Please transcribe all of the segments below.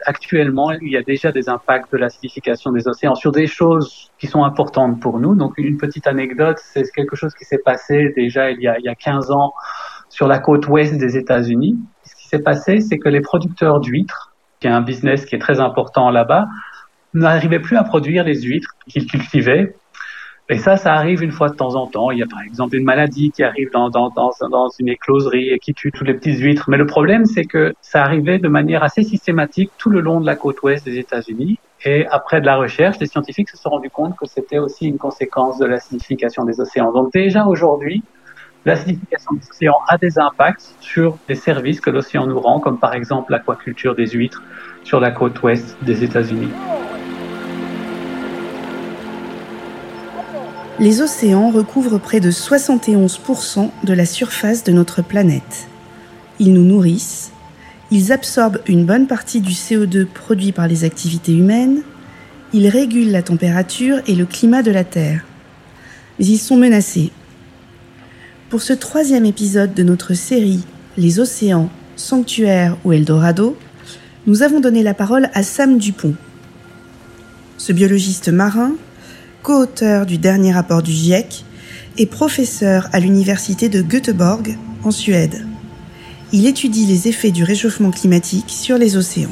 actuellement, il y a déjà des impacts de l'acidification des océans sur des choses qui sont importantes pour nous. Donc, une petite anecdote, c'est quelque chose qui s'est passé déjà il y a 15 ans sur la côte ouest des États-Unis. Ce qui s'est passé, c'est que les producteurs d'huîtres, qui est un business qui est très important là-bas, n'arrivaient plus à produire les huîtres qu'ils cultivaient. Et ça arrive une fois de temps en temps. Il y a par exemple une maladie qui arrive dans une écloserie et qui tue toutes les petites huîtres. Mais le problème, c'est que ça arrivait de manière assez systématique tout le long de la côte ouest des États-Unis. Et après de la recherche, les scientifiques se sont rendus compte que c'était aussi une conséquence de l'acidification des océans. Donc déjà aujourd'hui, l'acidification des océans a des impacts sur les services que l'océan nous rend, comme par exemple l'aquaculture des huîtres sur la côte ouest des États-Unis. Les océans recouvrent près de 71% de la surface de notre planète. Ils nous nourrissent, ils absorbent une bonne partie du CO2 produit par les activités humaines, ils régulent la température et le climat de la Terre. Mais ils sont menacés. Pour ce 3e épisode de notre série « Les océans, sanctuaires ou Eldorado », nous avons donné la parole à Sam Dupont. Ce biologiste marin, co-auteur du dernier rapport du GIEC, et professeur à l'université de Göteborg, en Suède. Il étudie les effets du réchauffement climatique sur les océans.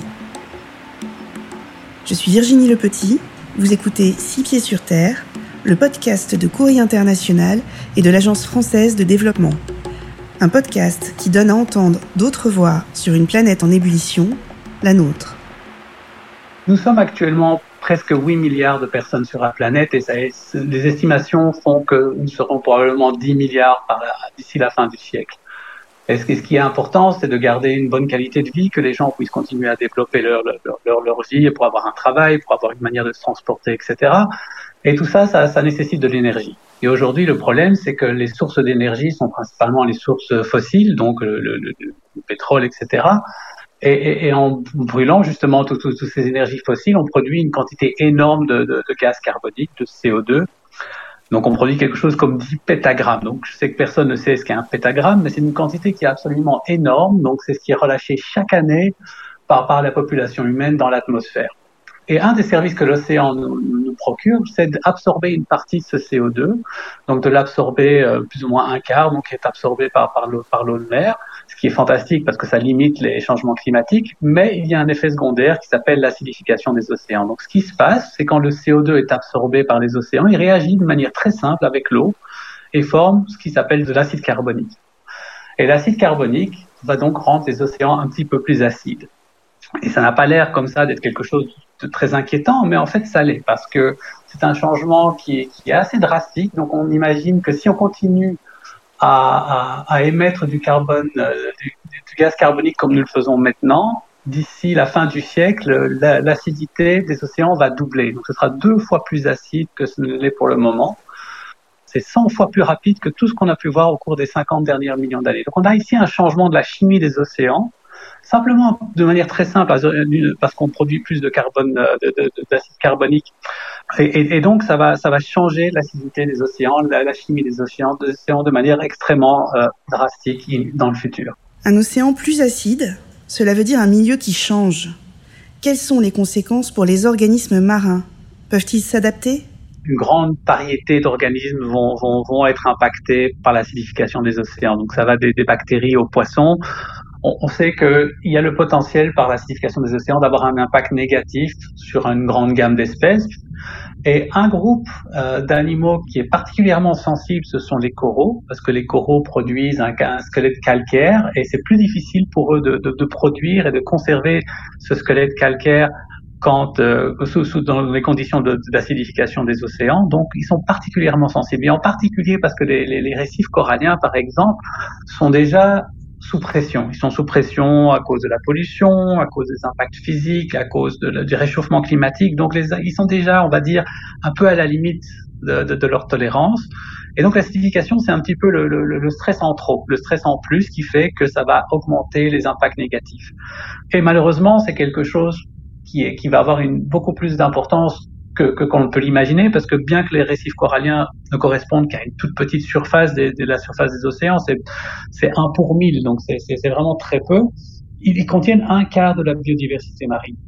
Je suis Virginie Lepetit, vous écoutez 6 pieds sur terre, le podcast de Courrier International et de l'Agence française de développement. Un podcast qui donne à entendre d'autres voix sur une planète en ébullition, la nôtre. Nous sommes actuellement presque 8 milliards de personnes sur la planète et les estimations font que nous serons probablement 10 milliards d'ici la fin du siècle. Et ce qui est important, c'est de garder une bonne qualité de vie, que les gens puissent continuer à développer leur vie pour avoir un travail, pour avoir une manière de se transporter, etc. Et tout ça nécessite de l'énergie. Et aujourd'hui, le problème, c'est que les sources d'énergie sont principalement les sources fossiles, donc le pétrole, etc. Et en brûlant justement toutes ces énergies fossiles, on produit une quantité énorme de gaz carbonique, de CO2. Donc on produit quelque chose comme 10 pétagrammes. Donc je sais que personne ne sait ce qu'est un pétagramme, mais c'est une quantité qui est absolument énorme. Donc c'est ce qui est relâché chaque année par la population humaine dans l'atmosphère. Et un des services que l'océan nous procure, c'est d'absorber une partie de ce CO2, donc de l'absorber plus ou moins un quart, donc qui est absorbé par l'eau de mer, ce qui est fantastique parce que ça limite les changements climatiques, mais il y a un effet secondaire qui s'appelle l'acidification des océans. Donc ce qui se passe, c'est quand le CO2 est absorbé par les océans, il réagit de manière très simple avec l'eau et forme ce qui s'appelle de l'acide carbonique. Et l'acide carbonique va donc rendre les océans un petit peu plus acides. Et ça n'a pas l'air comme ça d'être quelque chose de très inquiétant, mais en fait ça l'est, parce que c'est un changement qui est assez drastique. Donc on imagine que si on continue à émettre du carbone, du gaz carbonique comme nous le faisons maintenant, d'ici la fin du siècle, l'acidité des océans va doubler. Donc ce sera 2 fois plus acide que ce ne l'est pour le moment. C'est 100 fois plus rapide que tout ce qu'on a pu voir au cours des 50 derniers millions d'années. Donc on a ici un changement de la chimie des océans, simplement de manière très simple, parce qu'on produit plus de carbone, d'acide carbonique. Et donc, ça va changer l'acidité des océans, la chimie des océans de manière extrêmement drastique dans le futur. Un océan plus acide, cela veut dire un milieu qui change. Quelles sont les conséquences pour les organismes marins ? Peuvent-ils s'adapter ? Une grande variété d'organismes vont être impactés par l'acidification des océans. Donc, ça va des bactéries aux poissons. On sait qu'il y a le potentiel par l'acidification des océans d'avoir un impact négatif sur une grande gamme d'espèces. Et un groupe d'animaux qui est particulièrement sensible, ce sont les coraux, parce que les coraux produisent un squelette calcaire et c'est plus difficile pour eux de produire et de conserver ce squelette calcaire dans les conditions d'acidification des océans. Donc, ils sont particulièrement sensibles. Et en particulier parce que les récifs coralliens, par exemple, sont déjà sous pression. Ils sont sous pression à cause de la pollution, à cause des impacts physiques, à cause du réchauffement climatique. Donc, ils sont déjà, on va dire, un peu à la limite de leur tolérance. Et donc, l'acidification, c'est un petit peu le stress en trop, le stress en plus qui fait que ça va augmenter les impacts négatifs. Et malheureusement, c'est quelque chose qui va avoir beaucoup plus d'importance qu'on peut l'imaginer, parce que bien que les récifs coralliens ne correspondent qu'à une toute petite surface de la surface des océans, c'est 1 pour 1000, donc c'est vraiment très peu. Ils contiennent un quart de la biodiversité marine.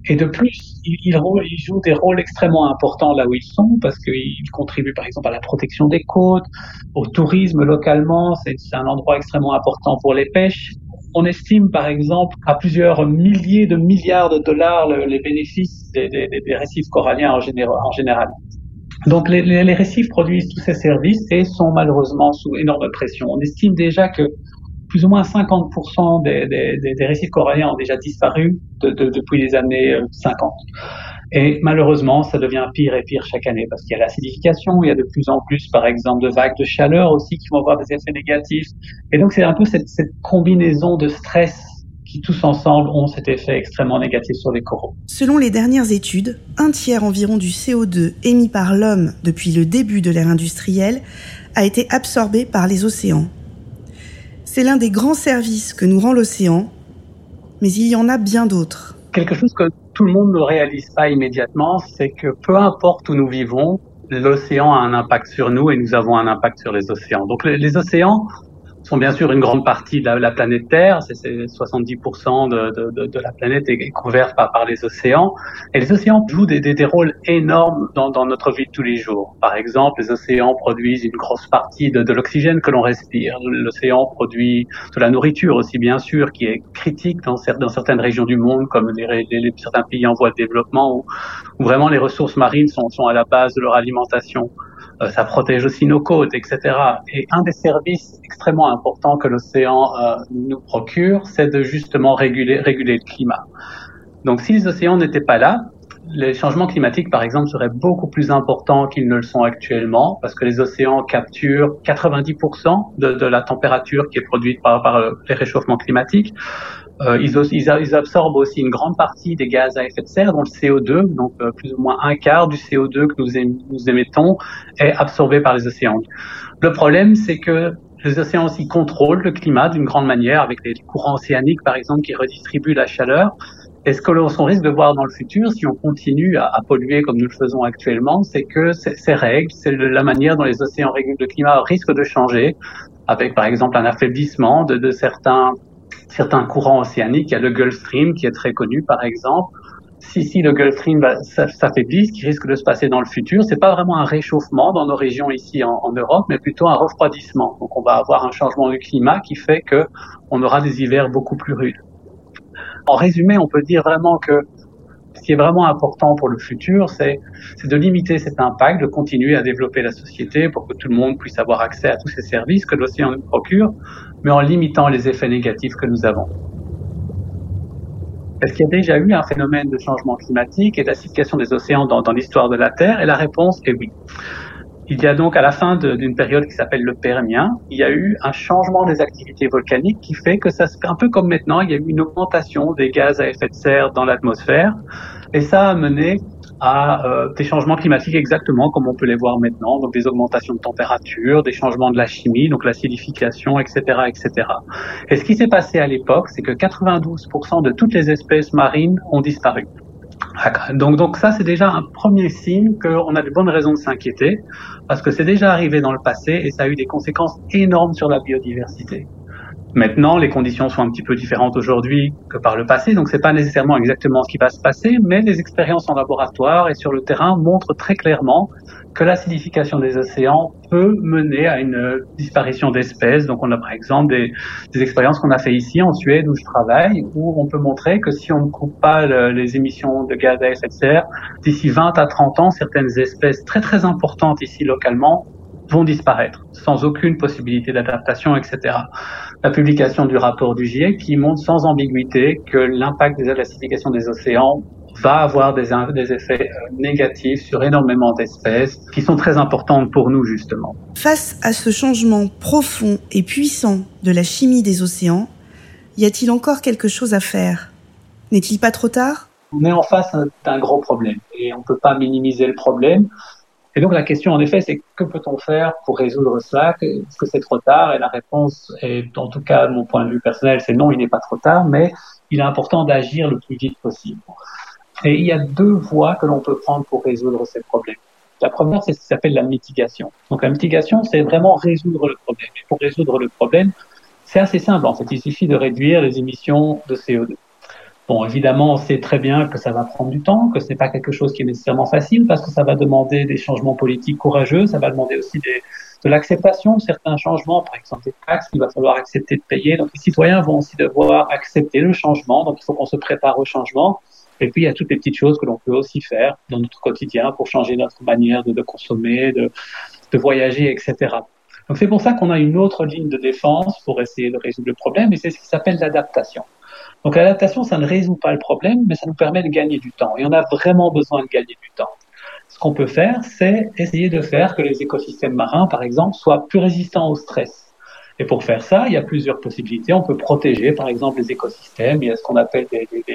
Et de plus, ils jouent des rôles extrêmement importants là où ils sont, parce qu'ils contribuent par exemple à la protection des côtes, au tourisme localement, c'est un endroit extrêmement important pour les pêches. On estime par exemple à plusieurs milliers de milliards de dollars les bénéfices des récifs coralliens en général. Donc les récifs produisent tous ces services et sont malheureusement sous énorme pression. On estime déjà que plus ou moins 50% des récifs coralliens ont déjà disparu depuis les années 50. Et malheureusement, ça devient pire et pire chaque année parce qu'il y a l'acidification, il y a de plus en plus, par exemple, de vagues de chaleur aussi qui vont avoir des effets négatifs. Et donc, c'est un peu cette combinaison de stress qui, tous ensemble, ont cet effet extrêmement négatif sur les coraux. Selon les dernières études, 1/3 environ du CO2 émis par l'homme depuis le début de l'ère industrielle a été absorbé par les océans. C'est l'un des grands services que nous rend l'océan, mais il y en a bien d'autres. Quelque chose que tout le monde ne réalise pas immédiatement, c'est que peu importe où nous vivons, l'océan a un impact sur nous et nous avons un impact sur les océans. Donc les océans sont bien sûr une grande partie de la planète Terre, c'est 70% de la planète est couverte par les océans. Et les océans jouent des rôles énormes dans notre vie de tous les jours. Par exemple, les océans produisent une grosse partie de l'oxygène que l'on respire. L'océan produit de la nourriture aussi, bien sûr, qui est critique dans certaines régions du monde, comme certains pays en voie de développement, où vraiment les ressources marines sont à la base de leur alimentation. Ça protège aussi nos côtes, etc. Et un des services extrêmement importants que l'océan nous procure, c'est de justement réguler le climat. Donc si les océans n'étaient pas là, les changements climatiques, par exemple, seraient beaucoup plus importants qu'ils ne le sont actuellement, parce que les océans capturent 90% de la température qui est produite par les réchauffements climatiques. Ils absorbent aussi une grande partie des gaz à effet de serre, dont le CO2, donc plus ou moins un quart du CO2 que nous émettons est absorbé par les océans. Le problème, c'est que les océans aussi contrôlent le climat d'une grande manière, avec les courants océaniques, par exemple, qui redistribuent la chaleur. Et ce que l'on risque de voir dans le futur, si on continue à polluer comme nous le faisons actuellement, c'est que ces règles, c'est la manière dont les océans régulent le climat risquent de changer, avec par exemple un affaiblissement de certains courants océaniques. Il y a le Gulf Stream qui est très connu, par exemple. Si le Gulf Stream s'affaiblit, ce qui risque de se passer dans le futur, c'est pas vraiment un réchauffement dans nos régions ici en Europe, mais plutôt un refroidissement. Donc on va avoir un changement du climat qui fait que on aura des hivers beaucoup plus rudes. En résumé, on peut dire vraiment que ce qui est vraiment important pour le futur, c'est de limiter cet impact, de continuer à développer la société pour que tout le monde puisse avoir accès à tous ces services que l'océan nous procure, mais en limitant les effets négatifs que nous avons. Est-ce qu'il y a déjà eu un phénomène de changement climatique et d'acidification des océans dans l'histoire de la Terre? Et la réponse est oui. Il y a donc à la fin d'une période qui s'appelle le Permien, il y a eu un changement des activités volcaniques qui fait que ça se fait un peu comme maintenant, il y a eu une augmentation des gaz à effet de serre dans l'atmosphère et ça a mené à des changements climatiques exactement comme on peut les voir maintenant, donc des augmentations de température, des changements de la chimie, donc l'acidification, etc., etc. Et ce qui s'est passé à l'époque, c'est que 92% de toutes les espèces marines ont disparu. Donc ça, c'est déjà un premier signe qu'on a de bonnes raisons de s'inquiéter, parce que c'est déjà arrivé dans le passé et ça a eu des conséquences énormes sur la biodiversité. Maintenant, les conditions sont un petit peu différentes aujourd'hui que par le passé, donc c'est pas nécessairement exactement ce qui va se passer, mais les expériences en laboratoire et sur le terrain montrent très clairement que l'acidification des océans peut mener à une disparition d'espèces. Donc on a par exemple des expériences qu'on a fait ici en Suède où je travaille, où on peut montrer que si on ne coupe pas les émissions de gaz à effet de serre, d'ici 20 à 30 ans, certaines espèces très très importantes ici localement vont disparaître, sans aucune possibilité d'adaptation, etc. La publication du rapport du GIEC qui montre sans ambiguïté que l'impact de l'acidification des océans va avoir des effets négatifs sur énormément d'espèces qui sont très importantes pour nous, justement. Face à ce changement profond et puissant de la chimie des océans, y a-t-il encore quelque chose à faire? N'est-il pas trop tard? On est en face d'un gros problème et on ne peut pas minimiser le problème. Et donc la question, en effet, c'est que peut-on faire pour résoudre ça? Est-ce que c'est trop tard? Et la réponse est, en tout cas, de mon point de vue personnel, c'est non, il n'est pas trop tard, mais il est important d'agir le plus vite possible. Et il y a deux voies que l'on peut prendre pour résoudre ces problèmes. La première, c'est ce qui s'appelle la mitigation. Donc la mitigation, c'est vraiment résoudre le problème. Et pour résoudre le problème, c'est assez simple, en fait. Il suffit de réduire les émissions de CO2. Bon, évidemment, on sait très bien que ça va prendre du temps, que ce n'est pas quelque chose qui est nécessairement facile parce que ça va demander des changements politiques courageux, ça va demander aussi de l'acceptation de certains changements, par exemple des taxes qu'il va falloir accepter de payer. Donc les citoyens vont aussi devoir accepter le changement, donc il faut qu'on se prépare au changement. Et puis il y a toutes les petites choses que l'on peut aussi faire dans notre quotidien pour changer notre manière de consommer, de voyager, etc. Donc c'est pour ça qu'on a une autre ligne de défense pour essayer de résoudre le problème, et c'est ce qui s'appelle l'adaptation. Donc l'adaptation, ça ne résout pas le problème, mais ça nous permet de gagner du temps. Et on a vraiment besoin de gagner du temps. Ce qu'on peut faire, c'est essayer de faire que les écosystèmes marins, par exemple, soient plus résistants au stress. Et pour faire ça, il y a plusieurs possibilités. On peut protéger, par exemple, les écosystèmes. Il y a ce qu'on appelle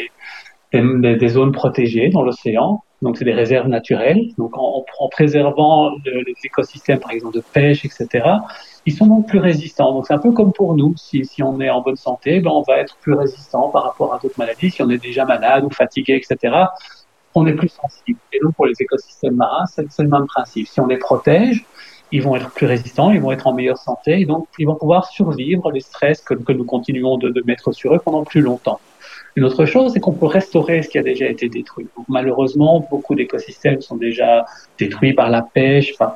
des zones protégées dans l'océan. Donc, c'est des réserves naturelles. Donc, en préservant les écosystèmes, par exemple, de pêche, etc., ils sont donc plus résistants. Donc, c'est un peu comme pour nous. Si on est en bonne santé, on va être plus résistant par rapport à d'autres maladies. Si on est déjà malade ou fatigué, etc., on est plus sensible. Et donc, pour les écosystèmes marins, c'est le même principe. Si on les protège, ils vont être plus résistants, ils vont être en meilleure santé, et donc ils vont pouvoir survivre les stress que nous continuons de mettre sur eux pendant plus longtemps. Une autre chose, c'est qu'on peut restaurer ce qui a déjà été détruit. Donc, malheureusement, beaucoup d'écosystèmes sont déjà détruits par la pêche, par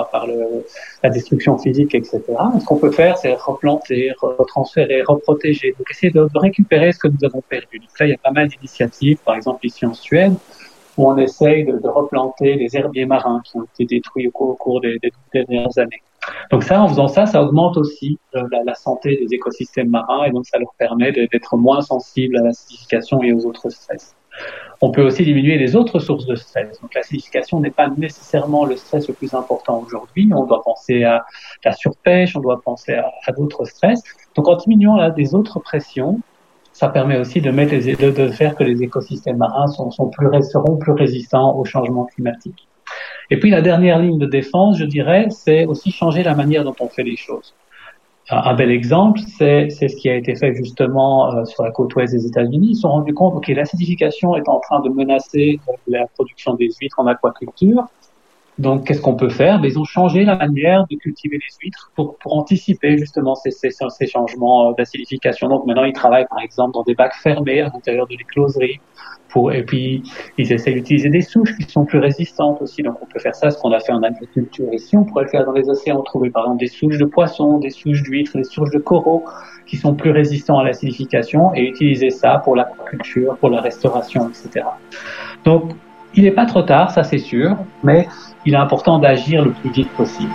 la destruction physique, etc. Et ce qu'on peut faire, c'est replanter, retransférer, reprotéger, donc essayer de récupérer ce que nous avons perdu. Donc là, il y a pas mal d'initiatives, par exemple ici en Suède, où on essaye de replanter les herbiers marins qui ont été détruits au cours des dernières années. Donc ça, en faisant ça, ça augmente aussi la santé des écosystèmes marins et donc ça leur permet d'être moins sensibles à l'acidification et aux autres stress. On peut aussi diminuer les autres sources de stress. Donc l'acidification n'est pas nécessairement le stress le plus important aujourd'hui. On doit penser à la surpêche, on doit penser à d'autres stress. Donc en diminuant des autres pressions, ça permet aussi de faire que les écosystèmes marins seront plus résistants au changement climatique. Et puis la dernière ligne de défense, je dirais, c'est aussi changer la manière dont on fait les choses. Un bel exemple, c'est ce qui a été fait justement sur la côte ouest des États-Unis. Ils se sont rendus compte que l'acidification est en train de menacer la production des huîtres en aquaculture. Donc, qu'est-ce qu'on peut faire? Ils ont changé la manière de cultiver les huîtres pour anticiper justement ces changements d'acidification. Donc, maintenant, ils travaillent par exemple dans des bacs fermés à l'intérieur de l'écloserie. Et puis, ils essaient d'utiliser des souches qui sont plus résistantes aussi. Donc, on peut faire ça, ce qu'on a fait en agriculture ici. On pourrait le faire dans les océans, trouver par exemple des souches de poissons, des souches d'huîtres, des souches de coraux qui sont plus résistants à l'acidification et utiliser ça pour l'aquaculture, pour la restauration, etc. Donc, il n'est pas trop tard, ça c'est sûr, mais il est important d'agir le plus vite possible.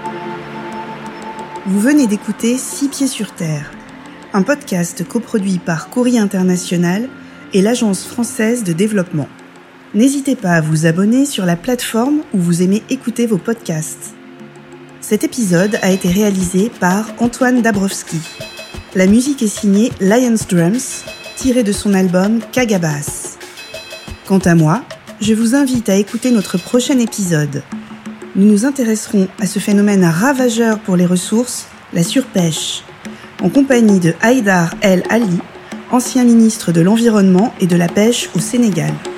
Vous venez d'écouter 6 pieds sur terre, un podcast coproduit par Courrier International et l'Agence française de développement. N'hésitez pas à vous abonner sur la plateforme où vous aimez écouter vos podcasts. Cet épisode a été réalisé par Antoine Dabrowski. La musique est signée Lions Drums, tirée de son album Kagabas. Quant à moi, je vous invite à écouter notre prochain épisode. Nous nous intéresserons à ce phénomène ravageur pour les ressources, la surpêche, en compagnie de Haïdar El Ali, ancien ministre de l'Environnement et de la Pêche au Sénégal.